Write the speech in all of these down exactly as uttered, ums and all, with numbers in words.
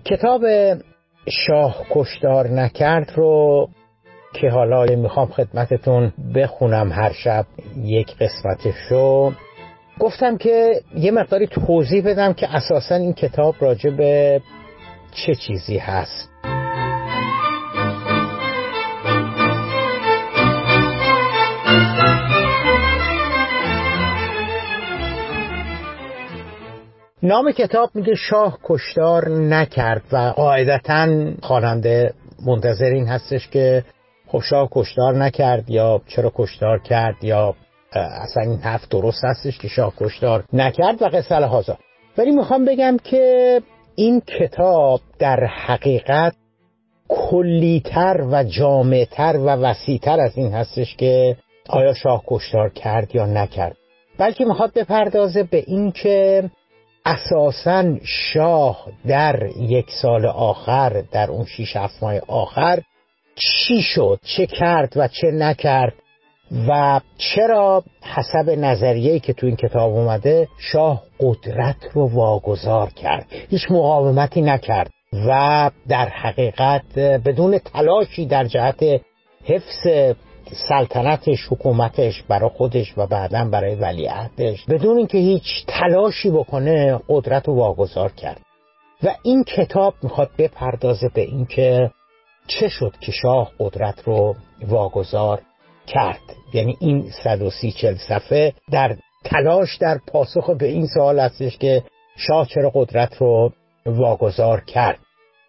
کتاب شاه کشتار نکرد رو که حالا میخوام خدمتتون بخونم هر شب یک قسمتشو، گفتم که یه مقداری توضیح بدم که اساساً این کتاب راجع به چه چیزی هست. نام کتاب میگه شاه کشتار نکرد و قاعدتاً خواننده منتظر این هستش که خب شاه کشتار نکرد یا چرا کشتار کرد یا اصلا این حرف درست هستش که شاه کشتار نکرد و قصه لحاظا. ولی میخوام بگم که این کتاب در حقیقت کلیتر و جامعتر و وسیعتر از این هستش که آیا شاه کشتار کرد یا نکرد، بلکه میخواد بپردازه به این که اساساً شاه در یک سال آخر، در اون شیش هفت ماه آخر چی شد، چه کرد و چه نکرد و چرا حسب نظریه‌ای که تو این کتاب اومده شاه قدرت رو واگذار کرد، هیچ مقاومتی نکرد و در حقیقت بدون تلاشی در جهت حفظ سلطنتش، حکومتش برای خودش و بعداً برای ولیعهدش، بدون اینکه هیچ تلاشی بکنه قدرت رو واگذار کرد. و این کتاب میخواد بپردازه به این که چه شد که شاه قدرت رو واگذار کرد. یعنی این صد و سی چل صفحه در تلاش در پاسخ به این سوال هستش که شاه چرا قدرت رو واگذار کرد.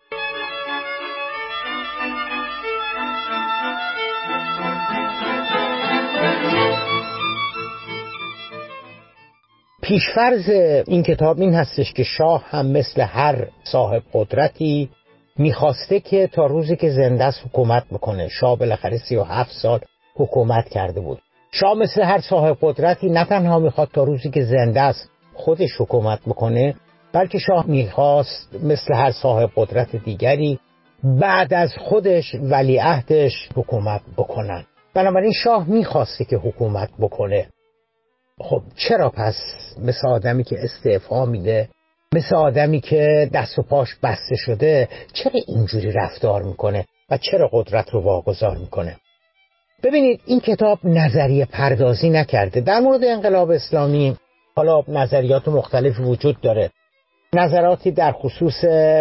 پیشفرض این کتاب این هستش که شاه هم مثل هر صاحب قدرتی میخواسته که تا روزی که زنده است حکومت بکنه. شاه بالاخره سی و هفت سال حکومت کرده بود. شاه مثل هر صاحب قدرتی نه تنها میخواد تا روزی که زنده است خودش حکومت بکنه، بلکه شاه میخواست مثل هر صاحب قدرت دیگری بعد از خودش ولیعهدش حکومت بکنن. بنابراین شاه میخواسته که حکومت بکنه. خب چرا پس مثل آدمی که استعفا میده، مثل آدمی که دست و پاش بسته شده، چرا اینجوری رفتار میکنه و چرا قدرت رو واگذار میکنه؟ ببینید این کتاب نظریه پردازی نکرده در مورد انقلاب اسلامی. حالا نظریات مختلف وجود داره، نظراتی در خصوص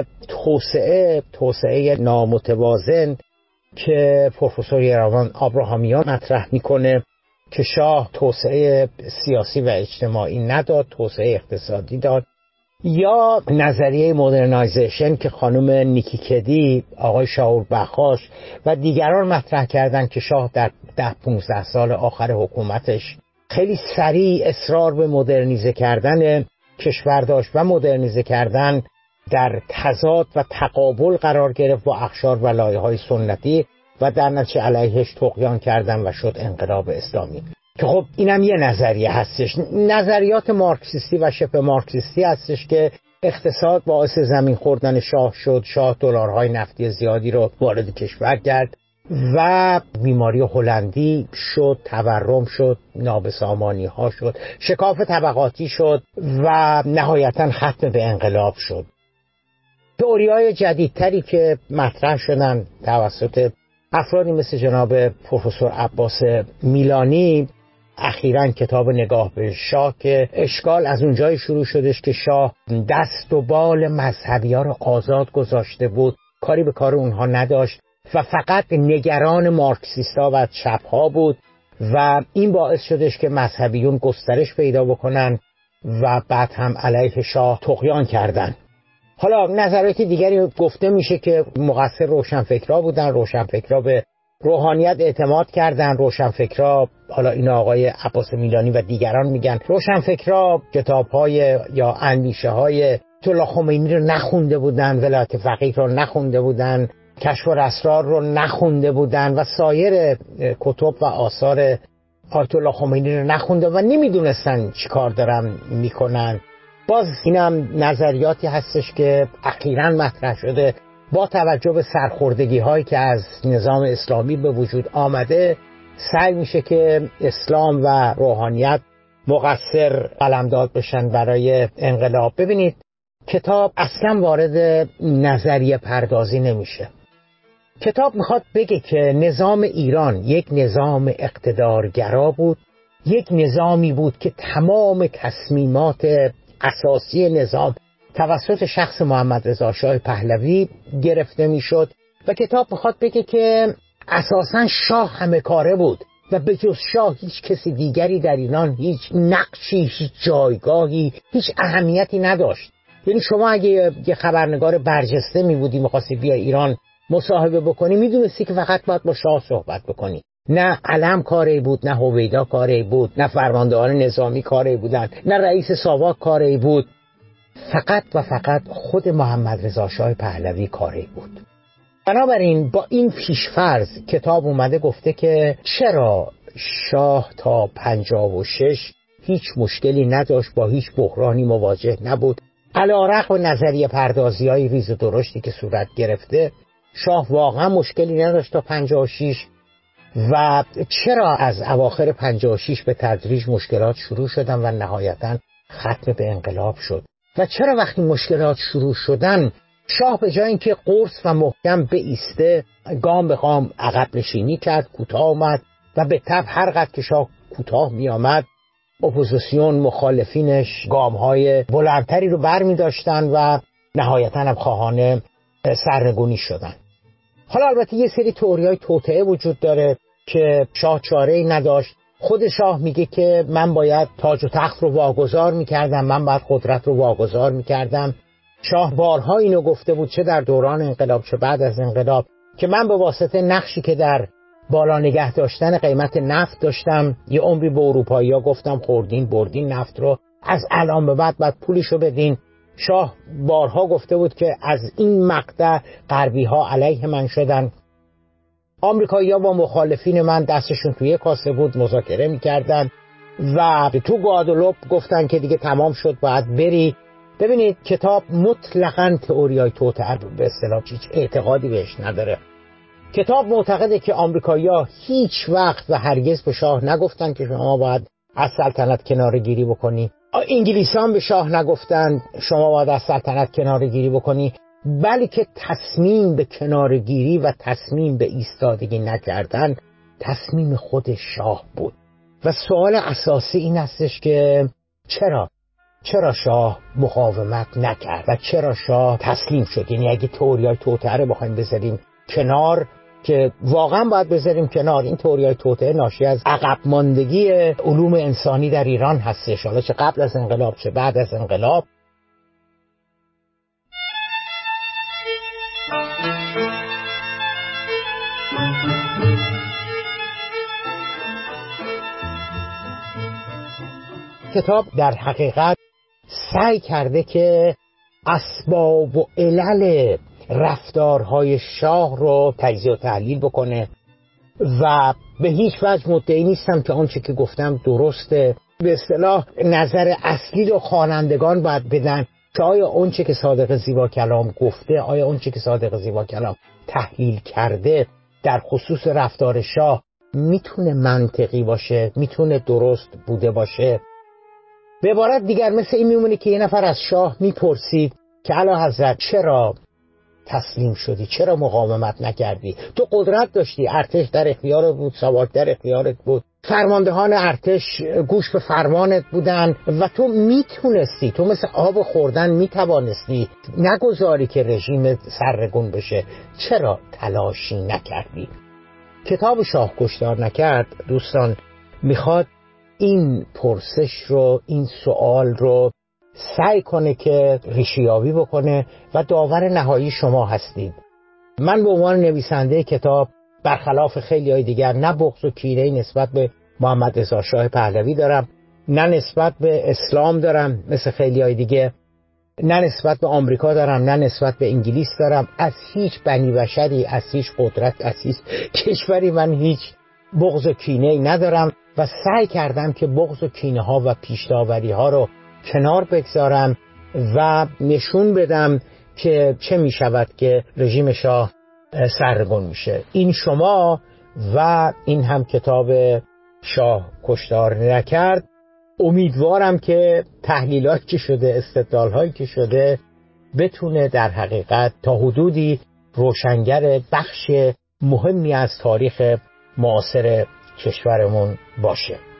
توسعه توسعه نامتوازن که پروفسور یراوان آبراهامیان مطرح میکنه که شاه توسعه سیاسی و اجتماعی نداد، توسعه اقتصادی داد، یا نظریه مدرنایزیشن که خانم نیکی کدی، آقای شاور بخاش و دیگران مطرح کردند که شاه در ده پونزده سال آخر حکومتش خیلی سریع اصرار به مدرنیزه کردن کشور داشت و مدرنیزه کردن در تضاد و تقابل قرار گرفت با اقشار و لایه‌های سنتی و در نتیجه علیهش طغیان کردن و شد انقلاب اسلامی. که خب اینم یه نظریه هستش. نظریات مارکسیستی و شبه مارکسیستی هستش که اقتصاد باعث زمین خوردن شاه شد، شاه دلارهای نفتی زیادی رو وارد کشور کرد و بیماری هلندی شد، تورم شد، نابسامانی ها شد، شکاف طبقاتی شد و نهایتاً ختم به انقلاب شد. تئوری‌های جدیدتری که مطرح شدن توسط افرادی مثل جناب پروفسور عباس میلانی، اخیراً کتاب نگاه به شاه که اشکال از اونجای شروع شدش که شاه دست و بال مذهبی ها رو آزاد گذاشته بود، کاری به کار اونها نداشت و فقط نگران مارکسیستا و چپ ها بود و این باعث شدش که مذهبیون گسترش پیدا بکنن و بعد هم علیه شاه طغیان کردن. حالا نظریات دیگری گفته میشه که مقصر روشنفکرها بودن، روشنفکرها به روحانیت اعتماد کردن، روشنفکرها، حالا این آقای عباس میلانی و دیگران میگن روشنفکرها کتاب‌های یا اندیشه‌های آیت الله خمینی رو نخونده بودن، ولایت فقیه رو نخونده بودن، کشف الاسرار رو نخونده بودن و سایر کتب و آثار آیت الله خمینی رو نخونده و نمیدونستن چی کار دارن میکنن. باز اینم نظریاتی هستش که اخیراً مطرح شده با توجه به سرخوردگی هایی که از نظام اسلامی به وجود آمده، سعی میشه که اسلام و روحانیت مقصر قلمداد بشن برای انقلاب. ببینید کتاب اصلا وارد نظریه پردازی نمیشه. کتاب میخواد بگه که نظام ایران یک نظام اقتدارگرا بود، یک نظامی بود که تمام تصمیمات اساسی نظام توسط شخص محمد رضا شاه پهلوی گرفته میشد و کتاب میخواد بگه که اساساً شاه همه کاره بود و به جز شاه هیچ کسی دیگری در ایران هیچ نقشی، هیچ جایگاهی، هیچ اهمیتی نداشت. یعنی شما اگه یه خبرنگار برجسته می بودی می‌خواستی بیا ایران مصاحبه بکنی، میدونستی که فقط باید با شاه صحبت بکنی. نه علم کاری بود، نه هویدا کاری بود، نه فرماندهان نظامی کاری بودن، نه رئیس ساواک کاری بود. فقط و فقط خود محمد رضا شاه پهلوی کاری بود. بنابراین با این پیشفرض کتاب اومده گفته که چرا شاه تا پنجاه و شش هیچ مشکلی نداشت، با هیچ بحرانی مواجه نبود، علی‌رغم نظریه پردازی های ریز و درشتی که صورت گرفته. شاه واقعا مشکلی نداشت تا پنجاه و شش و چرا از اواخر پنجاه و شش به تدریج مشکلات شروع شدن و نهایتاً ختم به انقلاب شد و چرا وقتی مشکلات شروع شدن شاه به جای اینکه قرص و محکم بایسته گام به گام عقب نشینی کرد، کوتاه آمد و به طبع هر قدر که شاه کوتاه می آمد اپوزیسیون مخالفینش گام‌های بلندتری رو بر می داشتن و نهایتاً هم خواهان سرنگونی شدن. حالا البته یه سری تئوری‌های توطئه وجود داره که شاه چاره‌ای نداشت. خود شاه میگه که من باید تاج و تخت رو واگذار میکردم، من باید قدرت رو واگذار میکردم. شاه بارها اینو گفته بود، چه در دوران انقلاب چه بعد از انقلاب، که من به واسطه نقشی که در بالا نگه داشتن قیمت نفت داشتم یه عمری به اروپایی‌ها گفتم خوردین بردین نفت رو، از الان به بعد باید پولشو بدین. شاه بارها گفته بود که از این مقطع غربی‌ها علیه من شدن. آمریکایی‌ها با مخالفین من دستشون توی کاسه بود، مذاکره می‌کردن و تو گوادلوپ گفتن که دیگه تمام شد باید بری. ببینید کتاب مطلقاً تئوریای توطئه به اصطلاح هیچ اعتقادی بهش نداره. کتاب معتقده که آمریکایی‌ها هیچ وقت و هرگز به شاه نگفتن که شما باید از سلطنت کناره گیری بکنی. انگلیسان به شاه نگفتن شما باید از سلطنت کناره گیری بکنی، بلکه تصمیم به کناره گیری و تصمیم به ایستادگی نکردن تصمیم خود شاه بود. و سوال اساسی این هستش که چرا چرا شاه مقاومت نکرد و چرا شاه تسلیم شد؟ یعنی اگه تئوریای توطئه رو بخوایم بذاریم کنار، که واقعا باید بذاریم کنار، این تئوریای توطئه ناشی از عقب ماندگی علوم انسانی در ایران هستش، حالا چه قبل از انقلاب چه بعد از انقلاب. کتاب در حقیقت سعی کرده که اسباب و علل رفتارهای شاه رو تجزیه و تحلیل بکنه و به هیچ وجه مدعی نیستم که آنچه که گفتم درسته. به اصطلاح نظر اصلی رو خوانندگان باید بدن که آیا آنچه که صادق زیبا کلام گفته، آیا آنچه که صادق زیبا کلام تحلیل کرده در خصوص رفتار شاه میتونه منطقی باشه، میتونه درست بوده باشه. به عبارت دیگر مثل این میمونه که یه نفر از شاه میپرسید که اعلیحضرت چرا تسلیم شدی، چرا مقاومت نکردی؟ تو قدرت داشتی، ارتش در اختیارت بود، ساواک در اختیارت بود، فرماندهان ارتش گوش به فرمانت بودن و تو میتونستی، تو مثل آب خوردن میتوانستی نگذاری که رژیم سرنگون بشه، چرا تلاشی نکردی؟ کتاب شاه کشتار نکرد دوستان میخواد این پرسش رو، این سوال رو سعی کنه که ریشه‌یابی بکنه و داور نهایی شما هستید. من به عنوان نویسنده کتاب برخلاف خیلی های دیگر نه بغض و کینه‌ای نسبت به محمد رضا شاه پهلوی دارم، نه نسبت به اسلام دارم مثل خیلی های دیگه، نه نسبت به آمریکا دارم، نه نسبت به انگلیس دارم. از هیچ بنی بشری، از هیچ قدرت، از هیچ کشوری من هیچ بغض و کینه‌ای ندارم و سعی کردم که بغض و کینه ها و پیش‌داوری ها رو کنار بگذارم و نشون بدم که چه می شود که رژیم شاه سرنگون میشه. این شما و این هم کتاب شاه کشتار نکرد. امیدوارم که تحلیلات که شده، استدلال‌هایی که شده بتونه در حقیقت تا حدودی روشنگر بخش مهمی از تاریخ معاصر کشورمون باشه.